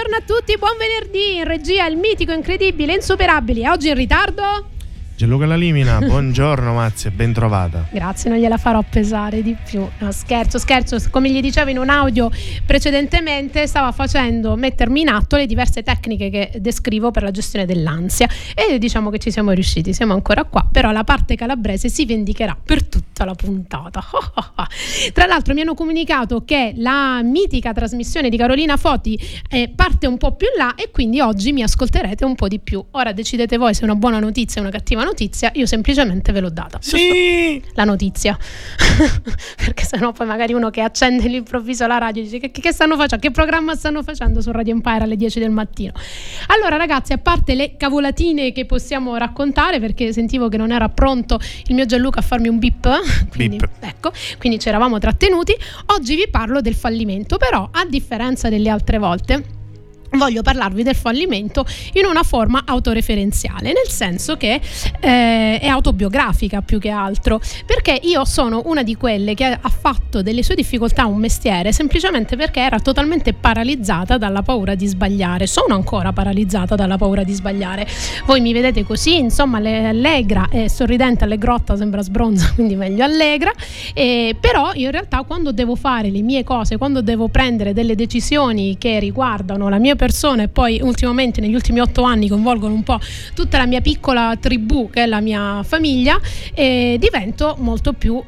Buongiorno a tutti, buon venerdì. In regia il mitico, incredibile, insuperabile. Oggi in ritardo? Gianluca Lalimina, buongiorno Mazzi, ben trovata. Grazie, non gliela farò pesare di più. No, scherzo. Come gli dicevo in un audio precedentemente, stava facendo mettermi in atto le diverse tecniche che descrivo per la gestione dell'ansia e diciamo che ci siamo riusciti, siamo ancora qua, però la parte calabrese si vendicherà per tutta la puntata. Tra l'altro mi hanno comunicato che la mitica trasmissione di Carolina Foti parte un po' più in là e quindi oggi mi ascolterete un po' di più. Ora decidete voi se è una buona notizia o una cattiva notizia, io semplicemente ve l'ho data. Sì! La notizia. Perché sennò poi magari uno che accende all'improvviso la radio dice che stanno facendo, che programma stanno facendo su Radio Empire alle 10 del mattino. Allora ragazzi, a parte le cavolatine che possiamo raccontare, perché sentivo che non era pronto il mio Gianluca a farmi un bip, quindi ecco, quindi ci eravamo trattenuti. Oggi vi parlo del fallimento, però a differenza delle altre volte voglio parlarvi del fallimento in una forma autoreferenziale, nel senso che è autobiografica più che altro, perché io sono una di quelle che ha fatto delle sue difficoltà un mestiere semplicemente perché era totalmente paralizzata dalla paura di sbagliare. Sono ancora paralizzata dalla paura di sbagliare. Voi mi vedete così, insomma, allegra e sorridente, allegrotta, sembra sbronza, quindi meglio allegra, però in realtà quando devo fare le mie cose, quando devo prendere delle decisioni che riguardano la mia persona e poi ultimamente negli ultimi 8 anni coinvolgono un po' tutta la mia piccola tribù che è la mia famiglia, divento molto più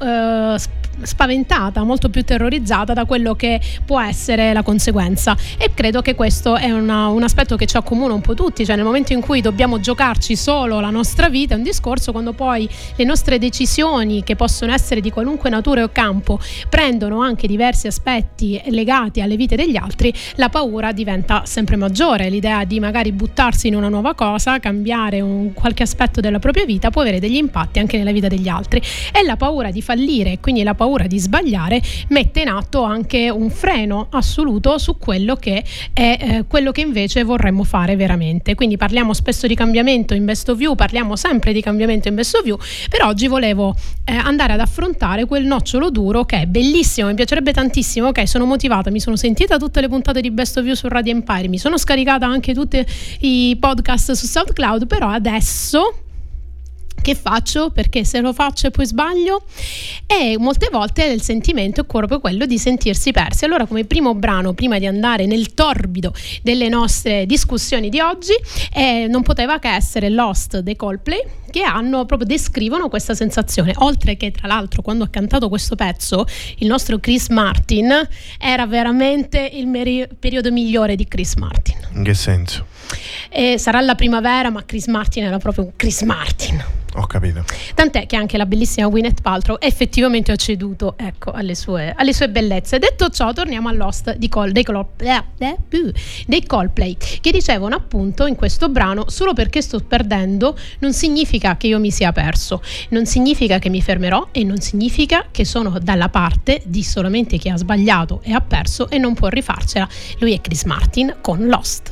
spaventata, molto più terrorizzata da quello che può essere la conseguenza, e credo che questo è un aspetto che ci accomuna un po' tutti, cioè nel momento in cui dobbiamo giocarci solo la nostra vita è un discorso, quando poi le nostre decisioni, che possono essere di qualunque natura o campo, prendono anche diversi aspetti legati alle vite degli altri, la paura diventa sempre maggiore. L'idea di magari buttarsi in una nuova cosa, cambiare qualche aspetto della propria vita può avere degli impatti anche nella vita degli altri, e la paura di fallire, quindi la paura di sbagliare, mette in atto anche un freno assoluto su quello che è quello che invece vorremmo fare veramente. Quindi parliamo spesso di cambiamento in Best of You, parliamo sempre di cambiamento in Best of You, per oggi volevo andare ad affrontare quel nocciolo duro che è bellissimo, mi piacerebbe tantissimo. Ok, sono motivata, mi sono sentita tutte le puntate di Best of You su Radio Empire, mi sono scaricata anche tutti i podcast su SoundCloud, però adesso che faccio? Perché se lo faccio e poi sbaglio, e molte volte il sentimento è proprio quello di sentirsi persi. Allora, come primo brano, prima di andare nel torbido delle nostre discussioni di oggi, non poteva che essere Lost dei Coldplay, che descrivono questa sensazione. Oltre che, tra l'altro, quando ha cantato questo pezzo il nostro Chris Martin, era veramente il periodo migliore di Chris Martin. In che senso? Sarà la primavera, ma Chris Martin era proprio un Chris Martin. Ho capito. Tant'è che anche la bellissima Gwyneth Paltrow effettivamente ha ceduto, ecco, alle sue bellezze. Detto ciò, torniamo all'host dei Coldplay, che dicevano appunto in questo brano: solo perché sto perdendo non significa che io mi sia perso, non significa che mi fermerò e non significa che sono dalla parte di solamente chi ha sbagliato e ha perso e non può rifarcela. Lui è Chris Martin con Lost.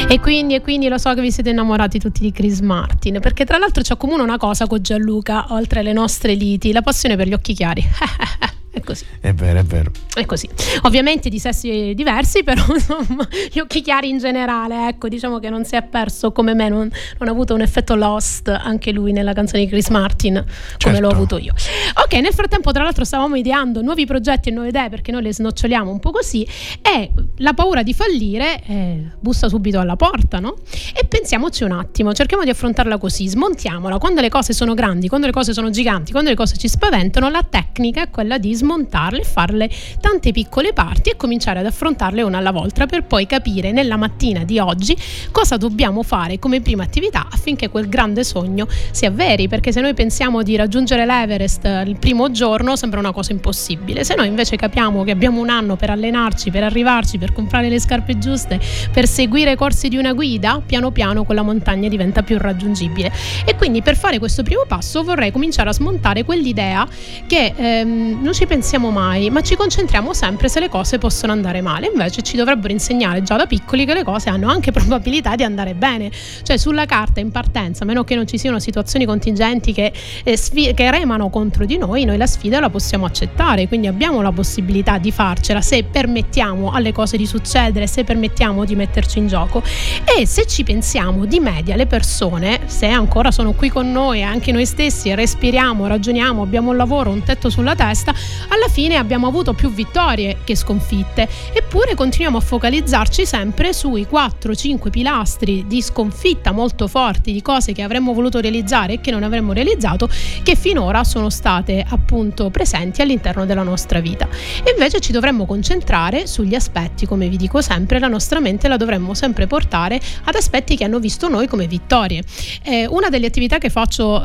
E quindi lo so che vi siete innamorati tutti di Chris Martin, perché tra l'altro ci accomuna una cosa con Gianluca, oltre alle nostre liti: la passione per gli occhi chiari. È così. È vero, è vero. È così. Ovviamente di sessi diversi, però insomma, gli occhi chiari in generale, ecco, diciamo che non si è perso come me, non ha avuto un effetto Lost anche lui nella canzone di Chris Martin, come l'ho avuto io. Ok, nel frattempo tra l'altro stavamo ideando nuovi progetti e nuove idee, perché noi le snoccioliamo un po' così, e la paura di fallire bussa subito alla porta, no? E pensiamoci un attimo, cerchiamo di affrontarla così, smontiamola. Quando le cose sono grandi, quando le cose sono giganti, quando le cose ci spaventano, la tecnica è quella di smontarle, farle tante piccole parti e cominciare ad affrontarle una alla volta, per poi capire nella mattina di oggi cosa dobbiamo fare come prima attività affinché quel grande sogno si avveri. Perché se noi pensiamo di raggiungere l'Everest il primo giorno sembra una cosa impossibile, se noi invece capiamo che abbiamo un anno per allenarci, per arrivarci, per comprare le scarpe giuste, per seguire i corsi di una guida, piano piano quella montagna diventa più raggiungibile. E quindi per fare questo primo passo vorrei cominciare a smontare quell'idea che non ci pensiamo mai, ma ci concentriamo sempre se le cose possono andare male. Invece ci dovrebbero insegnare già da piccoli che le cose hanno anche probabilità di andare bene. Cioè sulla carta in partenza, a meno che non ci siano situazioni contingenti che remano contro di noi la sfida la possiamo accettare, quindi abbiamo la possibilità di farcela se permettiamo alle cose di succedere, se permettiamo di metterci in gioco. E se ci pensiamo, di media le persone, se ancora sono qui con noi, anche noi stessi, respiriamo, ragioniamo, abbiamo un lavoro, un tetto sulla testa, alla fine abbiamo avuto più vittorie che sconfitte, eppure continuiamo a focalizzarci sempre sui 4-5 pilastri di sconfitta molto forti, di cose che avremmo voluto realizzare e che non avremmo realizzato, che finora sono state appunto presenti all'interno della nostra vita. E invece ci dovremmo concentrare sugli aspetti, come vi dico sempre, la nostra mente la dovremmo sempre portare ad aspetti che hanno visto noi come vittorie. Una delle attività che faccio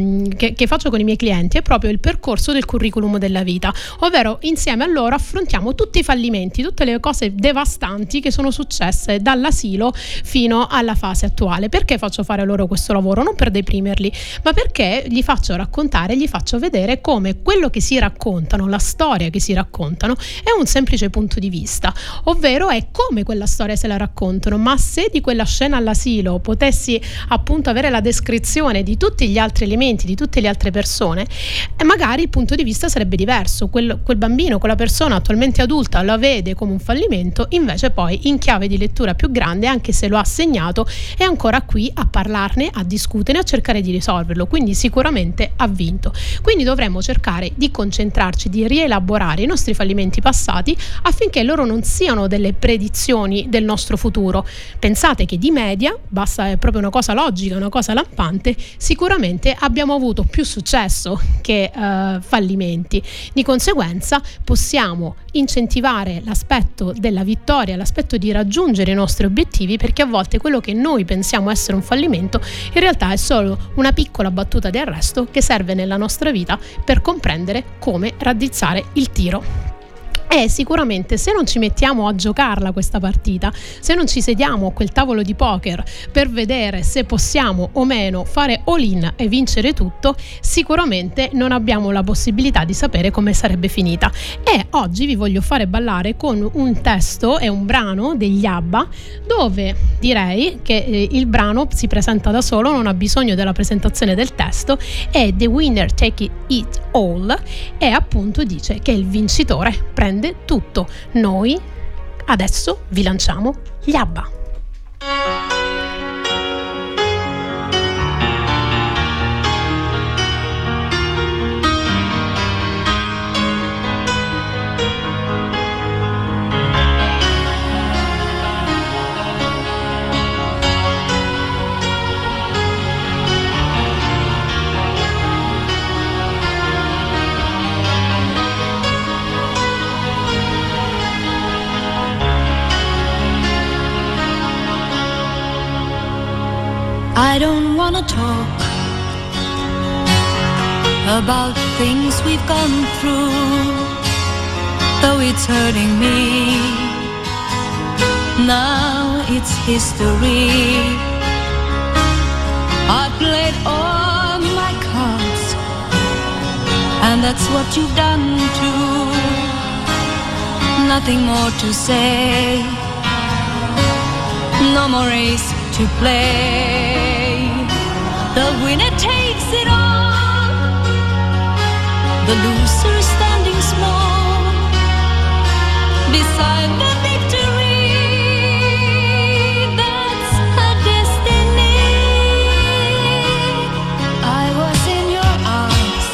con i miei clienti è proprio il percorso del curriculum della vita, ovvero insieme a loro affrontiamo tutti i fallimenti, tutte le cose devastanti che sono successe dall'asilo fino alla fase attuale. Perché faccio fare loro questo lavoro? Non per deprimerli, ma perché gli faccio raccontare, gli faccio vedere come quello che si raccontano, la storia che si raccontano, è un semplice punto di vista, ovvero è come quella storia se la raccontano. Ma se di quella scena all'asilo potessi appunto avere la descrizione di tutti gli altri elementi, di tutte le altre persone, magari il punto di vista sarebbe diverso. Quel bambino, quella persona attualmente adulta la vede come un fallimento, invece poi in chiave di lettura più grande, anche se lo ha segnato, è ancora qui a parlarne, a discuterne, a cercare di risolverlo, quindi sicuramente ha vinto. Quindi dovremmo cercare di concentrarci, di rielaborare i nostri fallimenti passati affinché loro non siano delle predizioni del nostro futuro. Pensate che di media, basta, è proprio una cosa logica, una cosa lampante, sicuramente abbiamo avuto più successo che fallimenti. Di conseguenza possiamo incentivare l'aspetto della vittoria, l'aspetto di raggiungere i nostri obiettivi, perché a volte quello che noi pensiamo essere un fallimento in realtà è solo una piccola battuta di arresto che serve nella nostra vita per comprendere come raddrizzare il tiro. E sicuramente se non ci mettiamo a giocarla questa partita, se non ci sediamo a quel tavolo di poker per vedere se possiamo o meno fare all-in e vincere tutto, sicuramente non abbiamo la possibilità di sapere come sarebbe finita. E oggi vi voglio fare ballare con un testo e un brano degli ABBA, dove direi che il brano si presenta da solo, non ha bisogno della presentazione del testo, e The Winner Take It All, e appunto dice che il vincitore prende tutto. Noi adesso vi lanciamo gli ABBA. I don't wanna talk about things we've gone through, though it's hurting me. Now it's history. I played all my cards, and that's what you've done too. Nothing more to say. No more aces to play. The winner takes it all, the loser standing small beside the victory. That's her destiny. I was in your arms,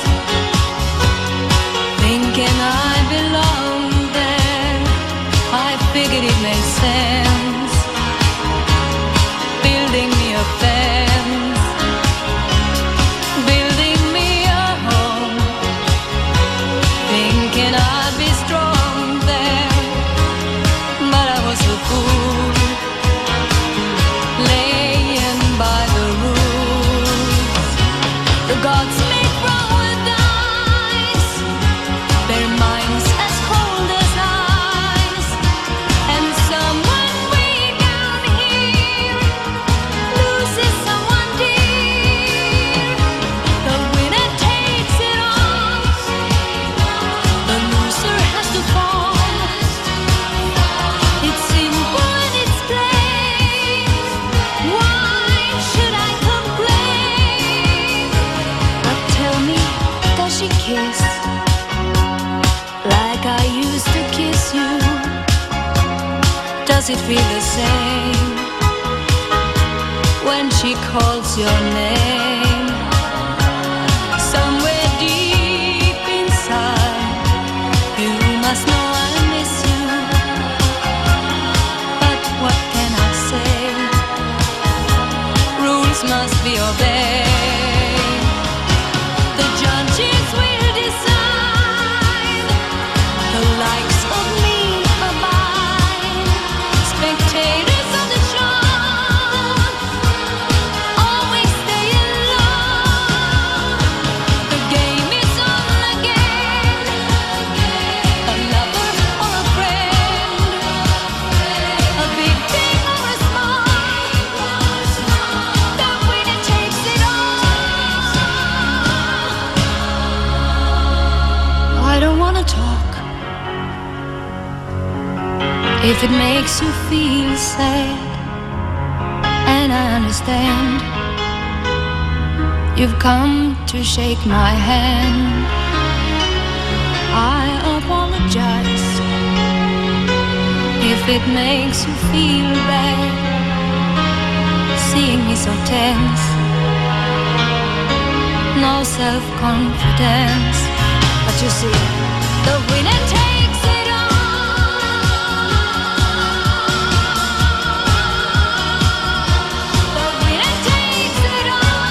thinking I belonged there. I figured it made sense, building me a fence, building me a home, thinking I'd be strong there. But I was a fool, laying by the rules. The gods make wrong with dice, their minds as cold as ice. And someone way down here loses someone dear. The winner takes it all, the loser has to fall. It's simple and it's plain. Why should I complain? But tell me, does she kiss like I used to kiss you? Does it feel the same when she calls your name? Somewhere deep inside, you must know I miss you. But what can I say? Rules must be obeyed. The judges will decide, the likes of me abide. Spectators of the show always stay alone. The game is on again, a lover or a friend, a big thing or a small, the winner takes it all. I don't wanna talk if it makes you feel sad, and I understand. You've come to shake my hand. I apologize if it makes you feel bad, seeing me so tense, no self-confidence. But you see, the winner takes it all, the winner takes it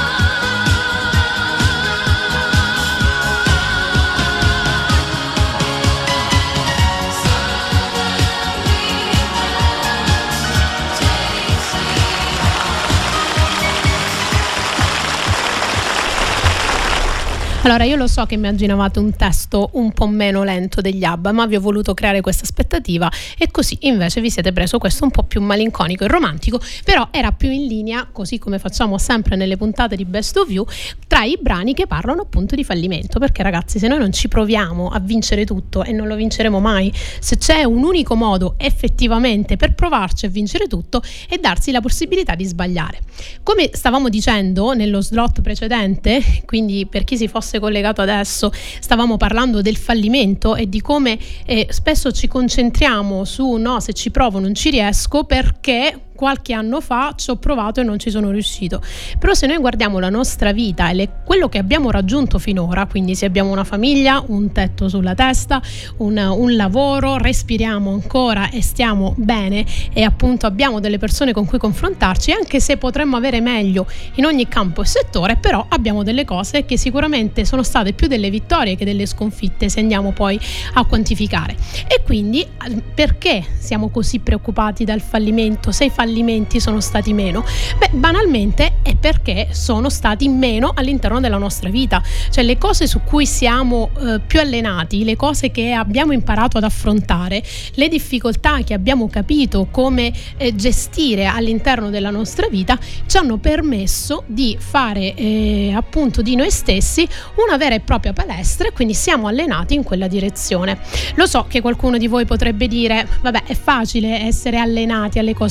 Allora, io lo so che immaginavate un testo un po' meno lento degli ABBA, ma vi ho voluto creare questa aspettativa e così invece vi siete preso questo un po' più malinconico e romantico, però era più in linea, così come facciamo sempre nelle puntate di Best of You, tra i brani che parlano appunto di fallimento, perché ragazzi, se noi non ci proviamo a vincere tutto, e non lo vinceremo mai, se c'è un unico modo effettivamente per provarci a vincere tutto è darsi la possibilità di sbagliare. Come stavamo dicendo nello slot precedente, quindi per chi si fosse collegato adesso, stavamo parlando del fallimento e di come spesso ci concentriamo su no, se ci provo non ci riesco perché qualche anno fa ci ho provato e non ci sono riuscito. Però se noi guardiamo la nostra vita e quello che abbiamo raggiunto finora, quindi se abbiamo una famiglia, un tetto sulla testa, un lavoro, respiriamo ancora e stiamo bene e appunto abbiamo delle persone con cui confrontarci, anche se potremmo avere meglio in ogni campo e settore, però abbiamo delle cose che sicuramente sono state più delle vittorie che delle sconfitte, se andiamo poi a quantificare. E quindi perché siamo così preoccupati dal fallimento, se i fallimenti sono stati meno? Beh, banalmente è perché sono stati meno all'interno della nostra vita, cioè le cose su cui siamo più allenati, le cose che abbiamo imparato ad affrontare, le difficoltà che abbiamo capito come gestire all'interno della nostra vita ci hanno permesso di fare appunto di noi stessi una vera e propria palestra, e quindi siamo allenati in quella direzione. Lo so che qualcuno di voi potrebbe dire vabbè, è facile essere allenati alle cose belle,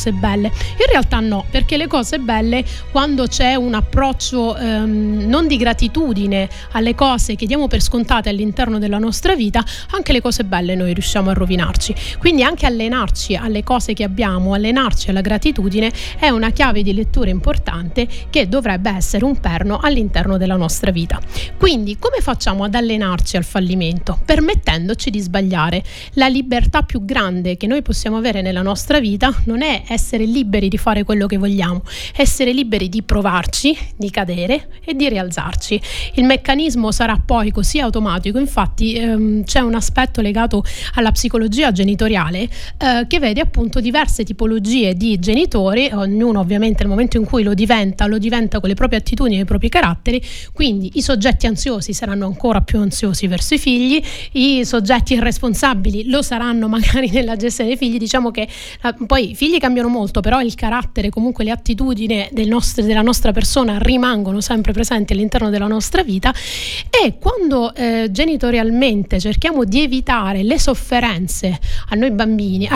belle. In realtà no, perché le cose belle, quando c'è un approccio non di gratitudine alle cose che diamo per scontate all'interno della nostra vita, anche le cose belle noi riusciamo a rovinarci. Quindi anche allenarci alle cose che abbiamo, allenarci alla gratitudine è una chiave di lettura importante che dovrebbe essere un perno all'interno della nostra vita. Quindi come facciamo ad allenarci al fallimento? Permettendoci di sbagliare. La libertà più grande che noi possiamo avere nella nostra vita non è essere liberi di fare quello che vogliamo, essere liberi di provarci, di cadere e di rialzarci. Il meccanismo sarà poi così automatico, infatti c'è un aspetto legato alla psicologia genitoriale che vede appunto diverse tipologie di genitori, ognuno ovviamente nel momento in cui lo diventa con le proprie attitudini e i propri caratteri. Quindi i soggetti ansiosi saranno ancora più ansiosi verso i figli, i soggetti irresponsabili lo saranno magari nella gestione dei figli. Diciamo che poi i figli cambiano molto, però il carattere, comunque le attitudini della nostra persona rimangono sempre presenti all'interno della nostra vita. E quando genitorialmente cerchiamo di evitare le sofferenze ai bambini,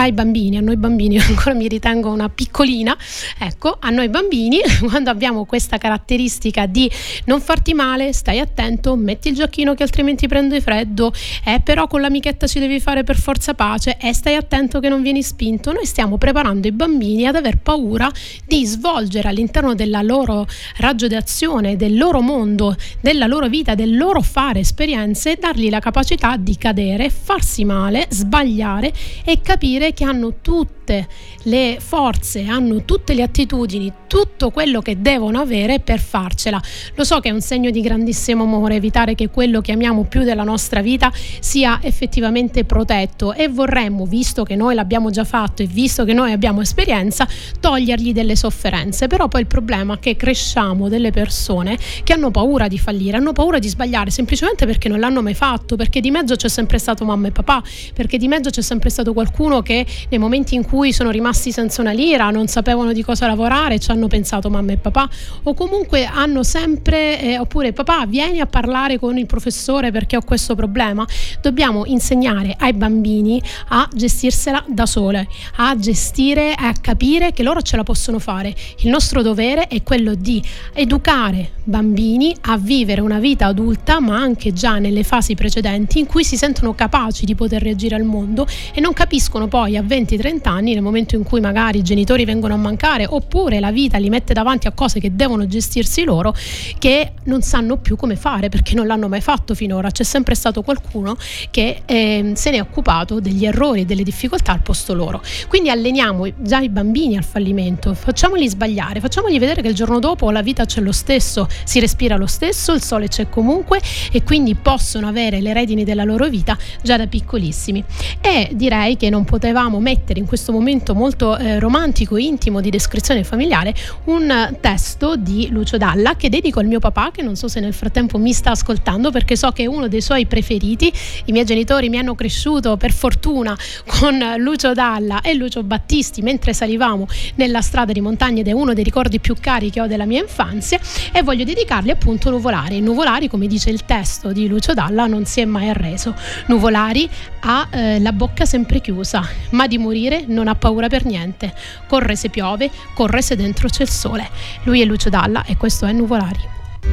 ancora mi ritengo una piccolina, ecco, a noi bambini, quando abbiamo questa caratteristica di non farti male, stai attento, metti il giacchino che altrimenti prende freddo, però con l'amichetta ci devi fare per forza pace, stai attento che non vieni spinto, noi stiamo preparando i bambini ad aver paura di svolgere all'interno della loro raggio d'azione, del loro mondo, della loro vita, del loro fare esperienze, dargli la capacità di cadere, farsi male, sbagliare e capire che hanno tutte le forze, hanno tutte le attitudini, tutto quello che devono avere per farcela. Lo so che è un segno di grandissimo amore evitare che quello che amiamo più della nostra vita sia effettivamente protetto, e vorremmo, visto che noi l'abbiamo già fatto e visto che noi abbiamo esperienza, togliergli delle sofferenze. Però poi il problema è che cresciamo delle persone che hanno paura di fallire, hanno paura di sbagliare semplicemente perché non l'hanno mai fatto, perché di mezzo c'è sempre stato mamma e papà, perché di mezzo c'è sempre stato qualcuno che nei momenti in cui sono rimasti senza una lira, non sapevano di cosa lavorare, ci hanno pensato mamma e papà, o comunque hanno sempre oppure papà vieni a parlare con il professore perché ho questo problema. Dobbiamo insegnare ai bambini a gestirsela da sole, a gestire, a capire che loro ce la possono fare. Il nostro dovere è quello di educare bambini a vivere una vita adulta, ma anche già nelle fasi precedenti in cui si sentono capaci di poter reagire al mondo e non capiscono poi a 20-30 anni, nel momento in cui magari i genitori vengono a mancare oppure la vita li mette davanti a cose che devono gestirsi loro, che non sanno più come fare perché non l'hanno mai fatto finora. C'è sempre stato qualcuno che se ne è occupato degli errori e delle difficoltà al posto loro. Quindi alleniamo già i bambini al fallimento, facciamoli sbagliare, facciamogli vedere che il giorno dopo la vita c'è lo stesso, si respira lo stesso, il sole c'è comunque, e quindi possono avere le redini della loro vita già da piccolissimi. E direi che non potevamo mettere in questo momento molto romantico e intimo di descrizione familiare un testo di Lucio Dalla che dedico al mio papà, che non so se nel frattempo mi sta ascoltando, perché so che è uno dei suoi preferiti. I miei genitori mi hanno cresciuto per fortuna con Lucio Dalla e Lucio Battisti mentre salivamo nella strada di montagna, ed è uno dei ricordi più cari che ho della mia infanzia, e voglio dedicargli appunto Nuvolari. Nuvolari, come dice il testo di Lucio Dalla, non si è mai arreso. Nuvolari ha la bocca sempre chiusa, ma di morire non ha paura per niente. Corre se piove, corre se dentro c'è il sole. Lui è Lucio Dalla e questo è Nuvolari.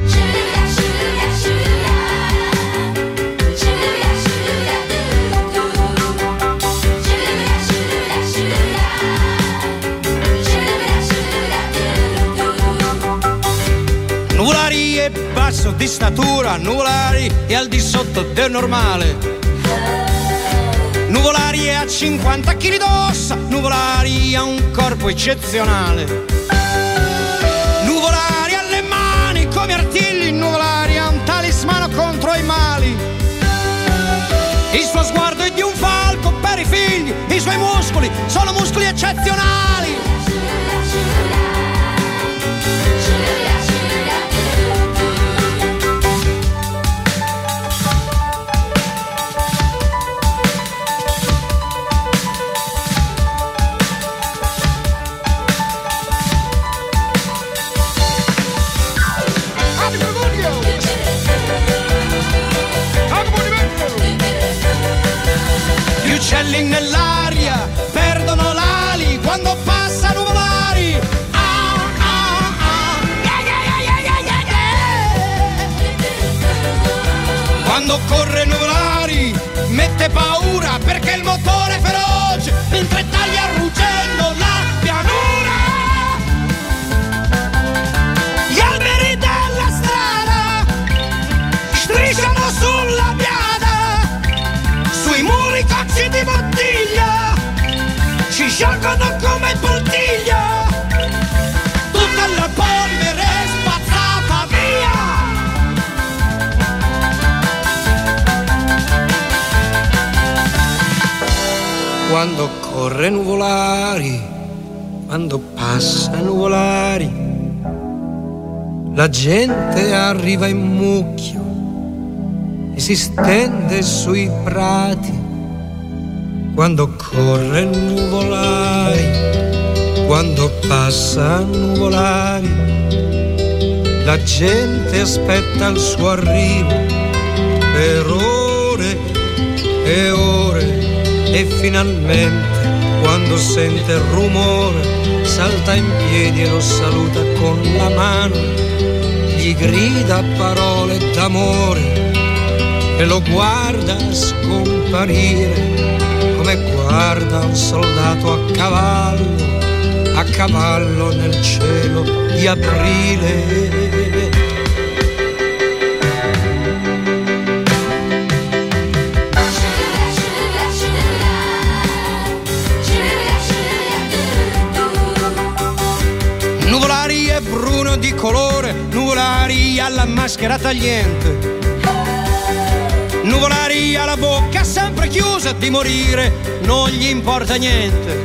Nuvolari è basso di statura, Nuvolari è al di sotto del normale. Nuvolari è a 50 kg d'ossa, Nuvolari ha un corpo eccezionale. Nuvolari ha le mani come artigli, Nuvolari ha un talismano contro i mali. Il suo sguardo è di un falco per i figli, i suoi muscoli sono muscoli eccezionali. Gli uccelli nell'aria perdono l'ali quando passa Nuvolari. corre nuvolari, mette paura perché il motore è feroce, mentre taglia ruggendo la pianura. Gli alberi della strada strisciano sulla biada, sui muri cocci di bottiglia ci sciolgono come poltiglia, tutta la polvere spazzata via. Quando corre nuvolari, quando passa nuvolari, la gente arriva in mucchio e si stende sui prati. Quando corre nuvolari, quando passa nuvolari, la gente aspetta il suo arrivo per ore e ore, e finalmente quando sente il rumore salta in piedi e lo saluta con la mano, gli grida parole d'amore e lo guarda scomparire come guarda un soldato a cavallo nel cielo di aprile. Nuvolari è bruno di colore, Nuvolari alla maschera tagliente, Nuvolari ha la bocca sempre chiusa, di morire non gli importa niente.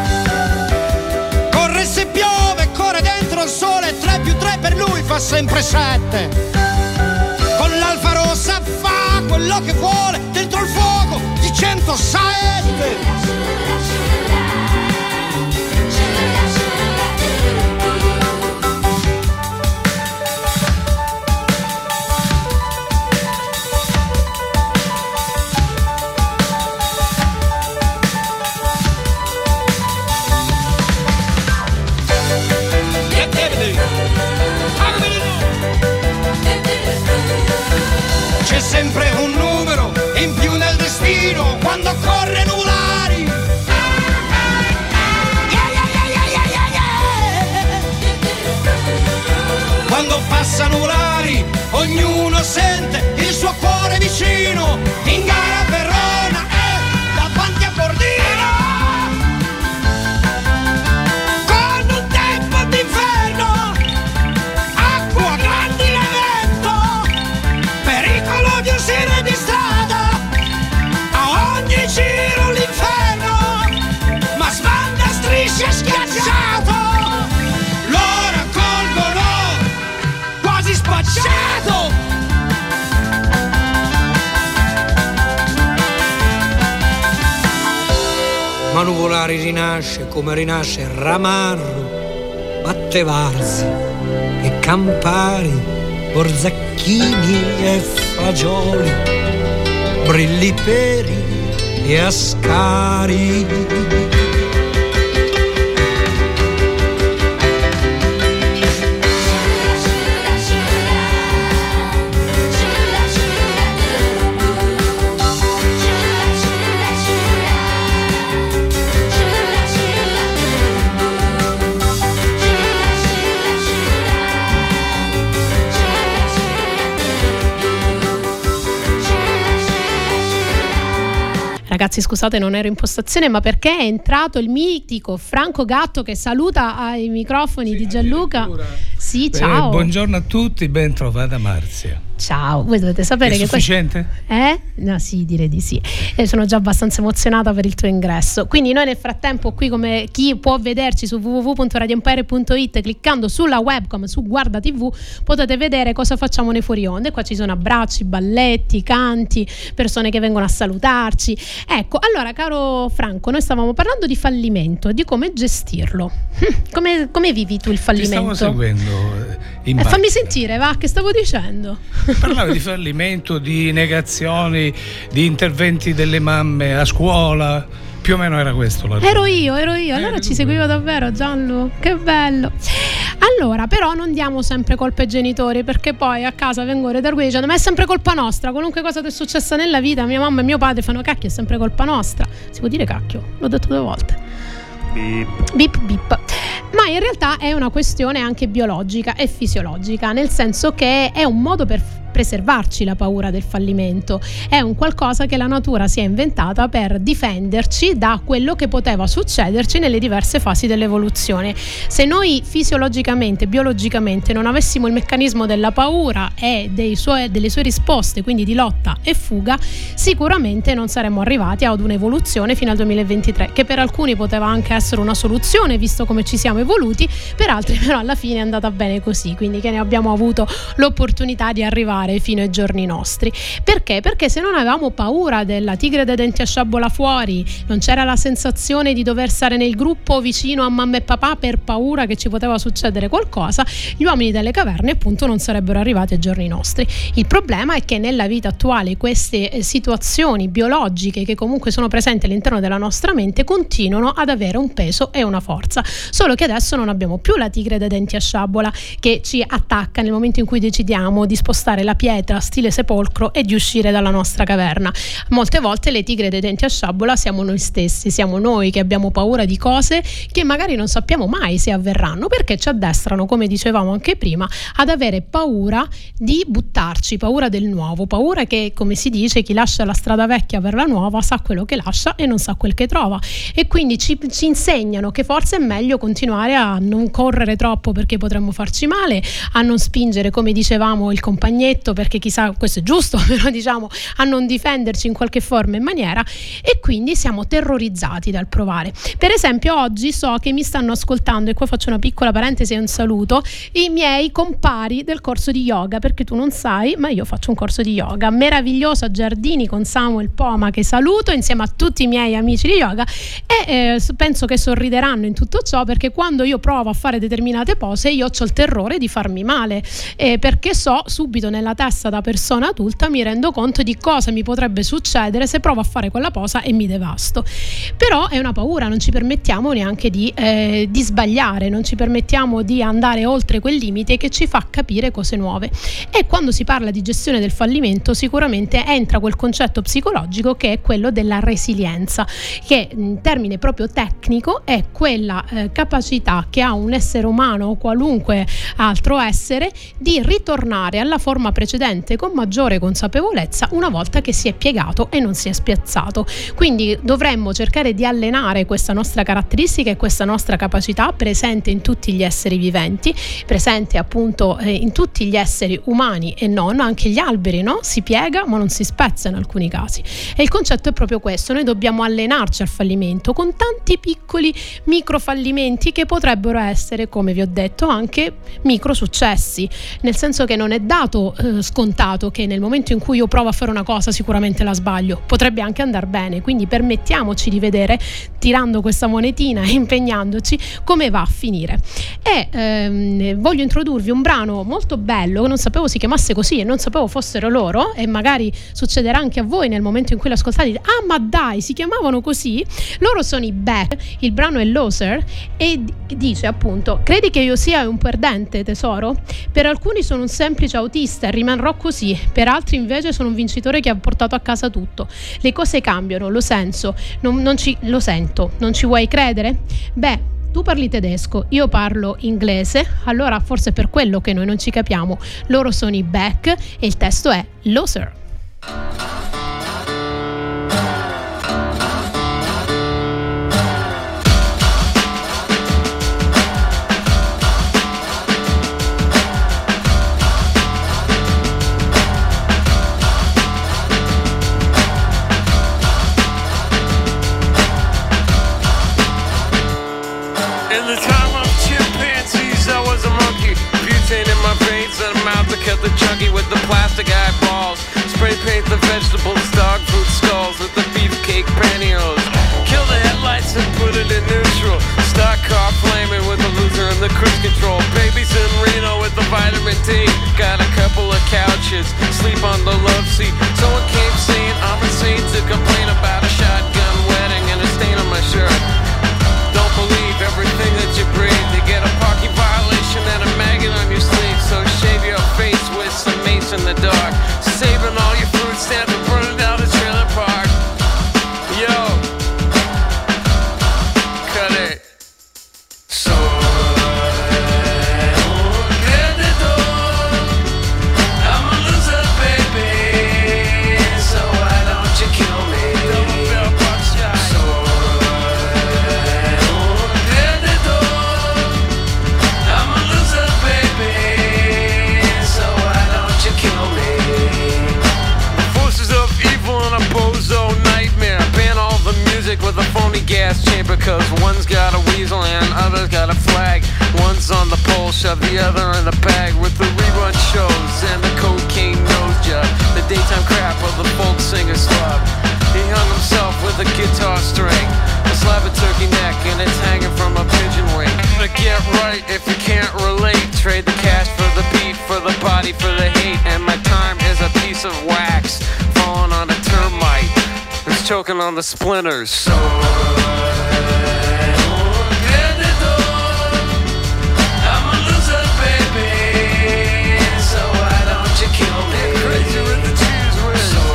Corre se piove, corre dentro il sole, 3 più 3 per lui fa sempre 7. Con l'Alfa Rossa fa quello che vuole, dentro il fuoco di 107. C'è sempre un numero in più nel destino quando corre nuvolari. Quando passa nuvolari ognuno sente il suo cuore vicino, in gara a Verona e davanti a Bordino, con un tempo d'inferno, acqua grandi in vento, pericolo di uscire di strada, a ogni giro l'inferno, ma sbanda strisce schiacciato, lo raccolgono quasi spacciato. Ma nuvolari rinasce come rinasce Ramarro, Battevarsi e Campari, Borzacchini e Fagioli, Brilliperi e Ascari. Ragazzi, scusate, non ero in postazione, ma perché è entrato il mitico Franco Gatto che saluta ai microfoni di Gianluca. Sì, ciao. Buongiorno a tutti, ben trovata Marzia. Ciao, voi dovete sapere è che sufficiente? No, sì, direi di sì. Sono già abbastanza emozionata per il tuo ingresso. Quindi noi nel frattempo qui, come chi può vederci su www.radioempire.it, cliccando sulla webcam su Guarda TV, potete vedere cosa facciamo nei fuori onda. E qua ci sono abbracci, balletti, canti, persone che vengono a salutarci. Ecco, allora caro Franco, noi stavamo parlando di fallimento, di come gestirlo. Come vivi tu il fallimento? Ti stavo seguendo in fammi sentire, va, che stavo dicendo? Parlavi di fallimento, di negazioni, di interventi delle mamme a scuola, più o meno era questo l'argomento. Ero io, allora ci seguivo davvero, Gianlu, che bello. Allora, però non diamo sempre colpe ai genitori, perché poi a casa vengono redarguiti dicendo ma è sempre colpa nostra, qualunque cosa ti è successa nella vita, mia mamma e mio padre fanno cacchio, è sempre colpa nostra. Si può dire cacchio? L'ho detto 2 volte. Beep. Bip bip. Ma in realtà è una questione anche biologica e fisiologica, nel senso che è un modo per preservarci la paura del fallimento, è un qualcosa che la natura si è inventata per difenderci da quello che poteva succederci nelle diverse fasi dell'evoluzione. Se noi fisiologicamente, biologicamente non avessimo il meccanismo della paura e delle sue risposte, quindi di lotta e fuga, sicuramente non saremmo arrivati ad un'evoluzione fino al 2023, che per alcuni poteva anche essere una soluzione visto come ci siamo evoluti, per altri però alla fine è andata bene così, quindi che ne abbiamo avuto l'opportunità di arrivare fino ai giorni nostri. Perché? Perché se non avevamo paura della tigre dai denti a sciabola fuori, non c'era la sensazione di dover stare nel gruppo vicino a mamma e papà per paura che ci poteva succedere qualcosa, gli uomini delle caverne appunto non sarebbero arrivati ai giorni nostri. Il problema è che nella vita attuale queste situazioni biologiche che comunque sono presenti all'interno della nostra mente continuano ad avere un peso e una forza, solo che adesso non abbiamo più la tigre dai denti a sciabola che ci attacca nel momento in cui decidiamo di spostare la pietra stile sepolcro e di uscire dalla nostra caverna. Molte volte le tigre dei denti a sciabola siamo noi stessi, siamo noi che abbiamo paura di cose che magari non sappiamo mai se avverranno, perché ci addestrano, come dicevamo anche prima, ad avere paura di buttarci, paura del nuovo, paura che, come si dice, chi lascia la strada vecchia per la nuova sa quello che lascia e non sa quel che trova, e quindi ci insegnano che forse è meglio continuare a non correre troppo perché potremmo farci male, a non spingere, come dicevamo, il compagnetto perché chissà, questo è giusto, però diciamo a non difenderci in qualche forma e maniera, e quindi siamo terrorizzati dal provare. Per esempio oggi so che mi stanno ascoltando, e qua faccio una piccola parentesi e un saluto, i miei compari del corso di yoga, perché tu non sai ma io faccio un corso di yoga meraviglioso a Giardini con Samuel Poma, che saluto insieme a tutti i miei amici di yoga, e penso che sorrideranno in tutto ciò, perché quando io provo a fare determinate pose io ho il terrore di farmi male, perché so subito nella testa da persona adulta, mi rendo conto di cosa mi potrebbe succedere se provo a fare quella posa e mi devasto. Però è una paura, non ci permettiamo neanche di sbagliare, non ci permettiamo di andare oltre quel limite che ci fa capire cose nuove. E quando si parla di gestione del fallimento sicuramente entra quel concetto psicologico che è quello della resilienza, che in termine proprio tecnico è quella capacità che ha un essere umano o qualunque altro essere di ritornare alla forma precedente con maggiore consapevolezza una volta che si è piegato e non si è spiazzato. Quindi dovremmo cercare di allenare questa nostra caratteristica e questa nostra capacità presente in tutti gli esseri viventi, presente appunto in tutti gli esseri umani e non, anche gli alberi, no? Si piega ma non si spezza in alcuni casi. E il concetto è proprio questo: noi dobbiamo allenarci al fallimento con tanti piccoli micro fallimenti che potrebbero essere, come vi ho detto, anche micro successi, nel senso che non è dato scontato che nel momento in cui io provo a fare una cosa sicuramente la sbaglio, potrebbe anche andare bene, quindi permettiamoci di vedere, tirando questa monetina e impegnandoci, come va a finire. E voglio introdurvi un brano molto bello che non sapevo si chiamasse così e non sapevo fossero loro, e magari succederà anche a voi nel momento in cui l'ascoltate, ah ma dai, si chiamavano così. Loro sono i Beck, il brano è Loser e dice appunto: credi che io sia un perdente, tesoro? Per alcuni sono un semplice autista e rimarrò così, per altri invece sono un vincitore che ha portato a casa tutto. Le cose cambiano, lo sento, lo sento, non ci vuoi credere? Beh, tu parli tedesco, io parlo inglese, allora forse è per quello che noi non ci capiamo. Loro sono i Beck e il testo è Loser. Cut the chunky with the plastic eyeballs. Spray paint the vegetables, dog food skulls with the beefcake pantyhose. Kill the headlights and put it in neutral. Stock car flaming with the loser and the cruise control. Babies in Reno with the vitamin D. Got a couple of couches, sleep on the love seat. Someone came saying I'm insane to complain about a shotgun wedding and a stain on my shirt. Don't believe everything that you breathe. You get a parking violation and shove the other in a bag with the rerun shows and the cocaine nose job, the daytime crap of the folk singer's love. He hung himself with a guitar string, a slab of turkey neck, and it's hanging from a pigeon wing. But get right if you can't relate. Trade the cash for the beat, for the body, for the hate. And my time is a piece of wax falling on a termite. It's choking on the splinters. So I'm a loser, baby. So why don't you kill me? Crazy with the cheese whiz. So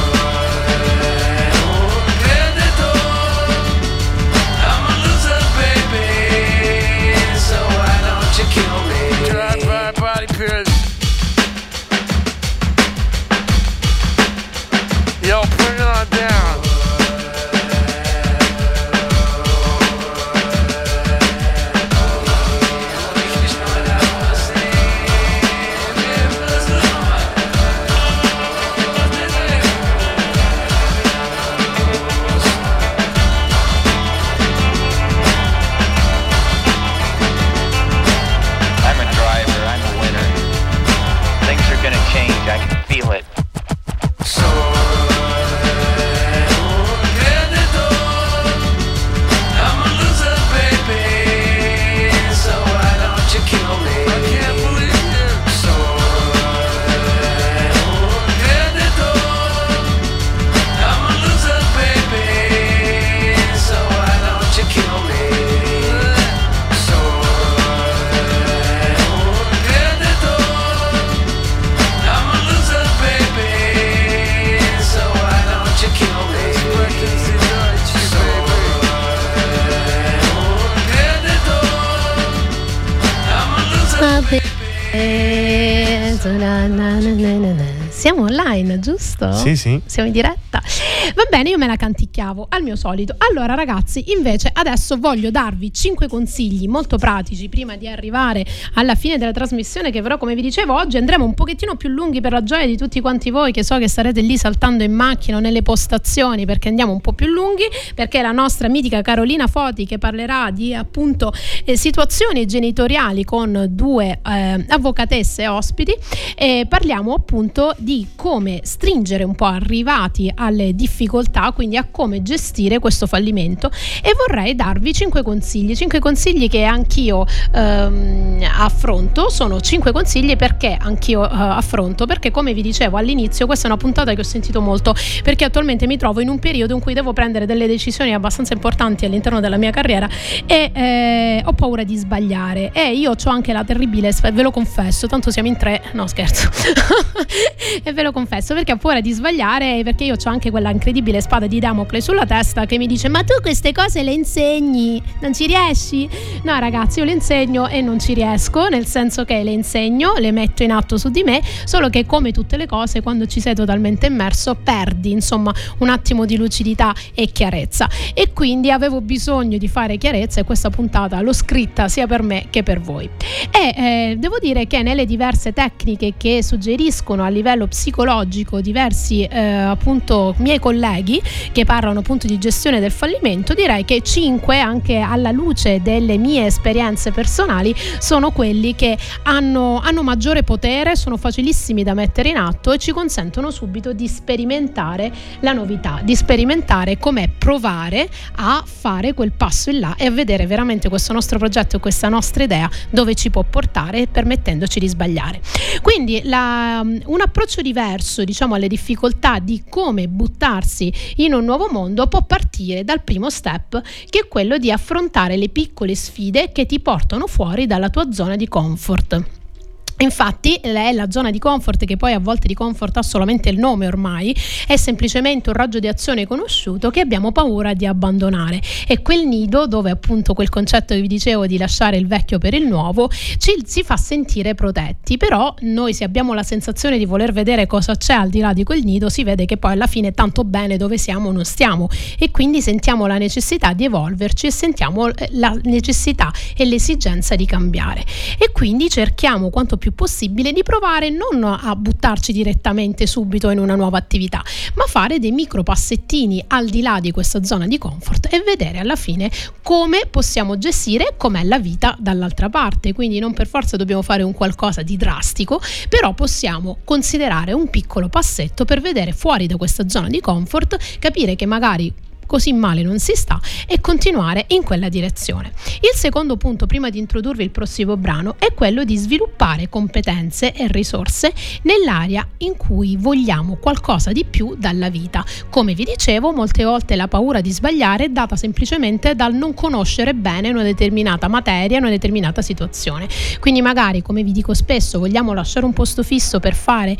I'm a loser, baby. So why don't you kill me? Drive-by body pierce. Yo, bring it on down. I'm a driver, I'm a winner. Things are gonna change, I can feel it. I'm a loser, baby. So why don't you kill me? I can't believe you. So I'm a loser, baby. So why don't you kill me? So I'm a loser, baby. So why don't you kill me? Sprechen Sie Deutsch, baby. I'm a loser, baby. Siamo online, giusto? Sì, sì. Siamo in diretta. Va bene, io me la canticchiavo al mio solito. Allora ragazzi, invece adesso voglio darvi 5 consigli molto pratici prima di arrivare alla fine della trasmissione, che però, come vi dicevo, oggi andremo un pochettino più lunghi per la gioia di tutti quanti voi, che so che starete lì saltando in macchina o nelle postazioni, perché andiamo un po' più lunghi, perché la nostra mitica Carolina Foti, che parlerà di appunto situazioni genitoriali con 2 avvocatesse ospiti, parliamo appunto di come stringere un po' arrivati alle difficoltà, quindi a come gestire questo fallimento, e vorrei darvi 5 consigli che anch'io affronto. Sono 5 consigli perché anch'io affronto, perché come vi dicevo all'inizio, questa è una puntata che ho sentito molto, perché attualmente mi trovo in un periodo in cui devo prendere delle decisioni abbastanza importanti all'interno della mia carriera e ho paura di sbagliare, e io ho anche la terribile, ve lo confesso, tanto siamo in 3, no scherzo e ve lo confesso, perché ho paura di sbagliare, perché io ho anche quella incredibile spada di Damocle sulla testa che mi dice: ma tu queste cose le insegni, non ci riesci? No ragazzi, io le insegno e non ci riesco, nel senso che le insegno, le metto in atto su di me, solo che come tutte le cose, quando ci sei totalmente immerso perdi insomma un attimo di lucidità e chiarezza, e quindi avevo bisogno di fare chiarezza, e questa puntata l'ho scritta sia per me che per voi. E devo dire che nelle diverse tecniche che suggeriscono a livello psicologico diversi appunto miei colleghi che parlano appunto di gestione del fallimento, direi che 5, anche alla luce delle mie esperienze personali, sono quelli che hanno maggiore potere, sono facilissimi da mettere in atto e ci consentono subito di sperimentare la novità, di sperimentare com'è provare a fare quel passo in là e a vedere veramente questo nostro progetto e questa nostra idea dove ci può portare, permettendoci di sbagliare. Quindi un approccio diverso, diciamo, alle difficoltà di come buttarsi in un nuovo mondo può partire dal primo step, che è quello di affrontare le piccole sfide che ti portano fuori dalla tua zona di comfort. Infatti è la zona di comfort, che poi a volte di comfort ha solamente il nome ormai, è semplicemente un raggio di azione conosciuto che abbiamo paura di abbandonare. È quel nido dove appunto quel concetto che vi dicevo di lasciare il vecchio per il nuovo ci si fa sentire protetti, però noi, se abbiamo la sensazione di voler vedere cosa c'è al di là di quel nido, si vede che poi alla fine tanto bene dove siamo non stiamo, e quindi sentiamo la necessità di evolverci e sentiamo la necessità e l'esigenza di cambiare, e quindi cerchiamo quanto più più possibile di provare non a buttarci direttamente subito in una nuova attività, ma fare dei micro passettini al di là di questa zona di comfort e vedere alla fine come possiamo gestire com'è la vita dall'altra parte. Quindi non per forza dobbiamo fare un qualcosa di drastico, però possiamo considerare un piccolo passetto per vedere fuori da questa zona di comfort, capire che magari così male non si sta e continuare in quella direzione. Il secondo punto, prima di introdurvi il prossimo brano, è quello di sviluppare competenze e risorse nell'area in cui vogliamo qualcosa di più dalla vita. Come vi dicevo, molte volte la paura di sbagliare è data semplicemente dal non conoscere bene una determinata materia, una determinata situazione. Quindi magari, come vi dico spesso, vogliamo lasciare un posto fisso per fare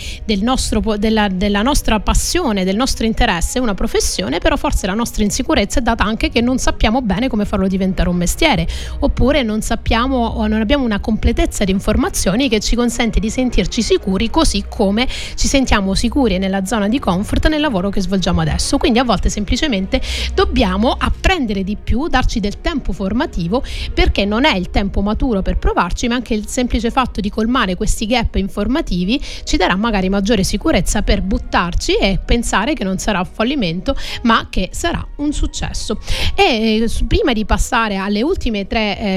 della nostra passione, del nostro interesse una professione, però forse la nostra insicurezza è data anche che non sappiamo bene come farlo diventare un mestiere, oppure non sappiamo o non abbiamo una completezza di informazioni che ci consente di sentirci sicuri, così come ci sentiamo sicuri nella zona di comfort nel lavoro che svolgiamo adesso. Quindi a volte semplicemente dobbiamo apprendere di più, darci del tempo formativo, perché non è il tempo maturo per provarci, ma anche il semplice fatto di colmare questi gap informativi ci darà magari maggiore sicurezza per buttarci e pensare che non sarà un fallimento, ma che sarà un successo. E prima di passare agli ultimi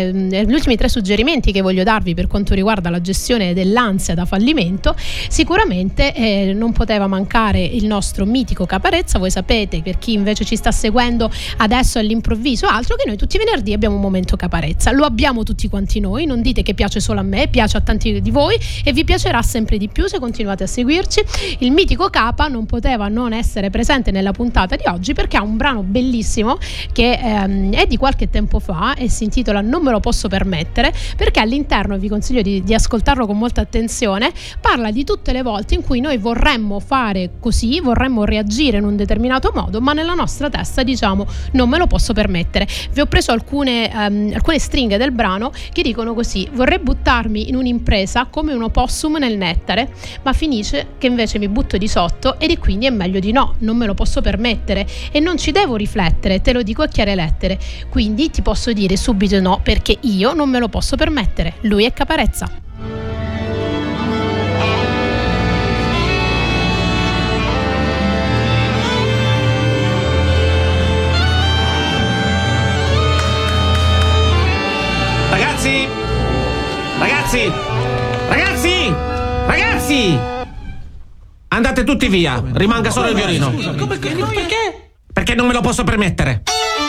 tre suggerimenti che voglio darvi per quanto riguarda la gestione dell'ansia da fallimento, sicuramente non poteva mancare il nostro mitico Caparezza. Voi sapete, per chi invece ci sta seguendo adesso all'improvviso, altro, che noi tutti i venerdì abbiamo un momento Caparezza. Lo abbiamo tutti quanti noi, non dite che piace solo a me, piace a tanti di voi e vi piacerà sempre di più se continuate a seguirci. Il mitico Capa non poteva non essere presente nella puntata di oggi perché ha un brano bellissimo che è di qualche tempo fa e si intitola Non me lo posso permettere, perché all'interno, vi consiglio di ascoltarlo con molta attenzione, parla di tutte le volte in cui noi vorremmo fare così, vorremmo reagire in un determinato modo, ma nella nostra testa diciamo non me lo posso permettere. Vi ho preso alcune stringhe del brano che dicono così: vorrei buttarmi in un'impresa come un opossum nel nettare, ma finisce che invece mi butto di sotto e quindi è meglio di no, non me lo posso permettere e non ci devo riflettere, te lo dico a chiare lettere, quindi ti posso dire subito no, perché io non me lo posso permettere. Lui è Caparezza. Ragazzi! Andate tutti via, rimanga solo il violino. Perché? Perché non me lo posso permettere.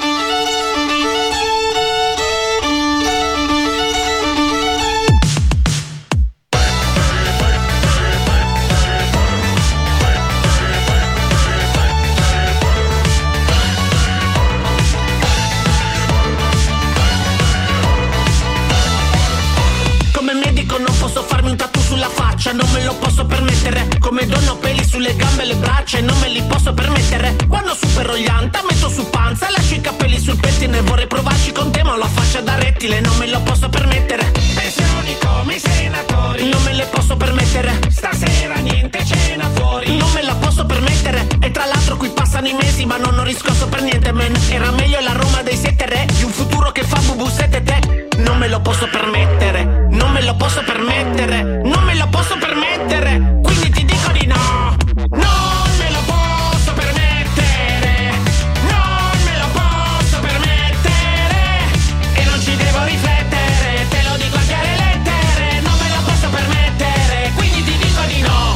Come medico non posso farmi un tattoo sulla faccia, non me lo posso permettere. Come donna ho peli sulle gambe e le braccia e non me li posso permettere. Quando supero gli anta metto su panza, lascio i capelli sul pettine. Vorrei provarci con te ma ho la faccia da rettile, non me lo posso permettere. Pensioni come i senatori, non me le posso permettere. Stasera niente cena fuori, non me la posso permettere. E tra l'altro qui passano i mesi ma non ho riscosso per niente, man. Era meglio la Roma dei 7 re, di un futuro che fa bubu 7 te. Non me lo posso permettere, non me lo posso permettere, non me lo posso permettere. Quindi ti dico di no. Non me lo posso permettere, non me lo posso permettere. E non ci devo riflettere, te lo dico a chiare lettere. Non me lo posso permettere, quindi ti dico di no.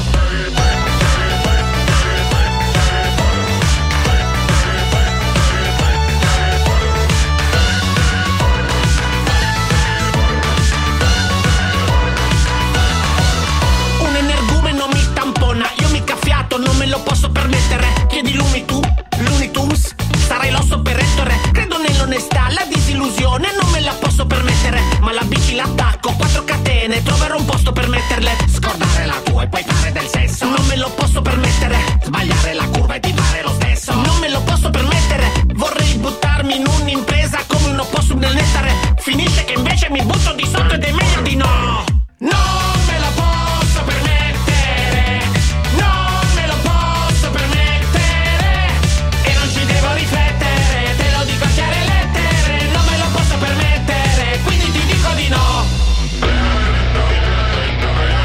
Un energumeno mi tampona, io mica fiato, non me lo posso permettere. Chiedi Looney Tunes, sarai l'osso per ettore. Credo nell'onestà, la disillusione non me la posso permettere. Ma la bici l'attacco, 4 catene, troverò un posto per metterle. Scordare la tua e poi fare del sesso, non me lo posso permettere. Sbagliare la curva e ti fare lo stesso, non me lo posso permettere. Vorrei buttarmi in un'impresa come un opossum nel nettare. Finisce che invece mi butto di sotto ed è meglio di no. Non me lo posso permettere, non me lo posso permettere. E non ci devo riflettere, te lo dico a chiare lettere. Non me lo posso permettere, quindi ti dico di no.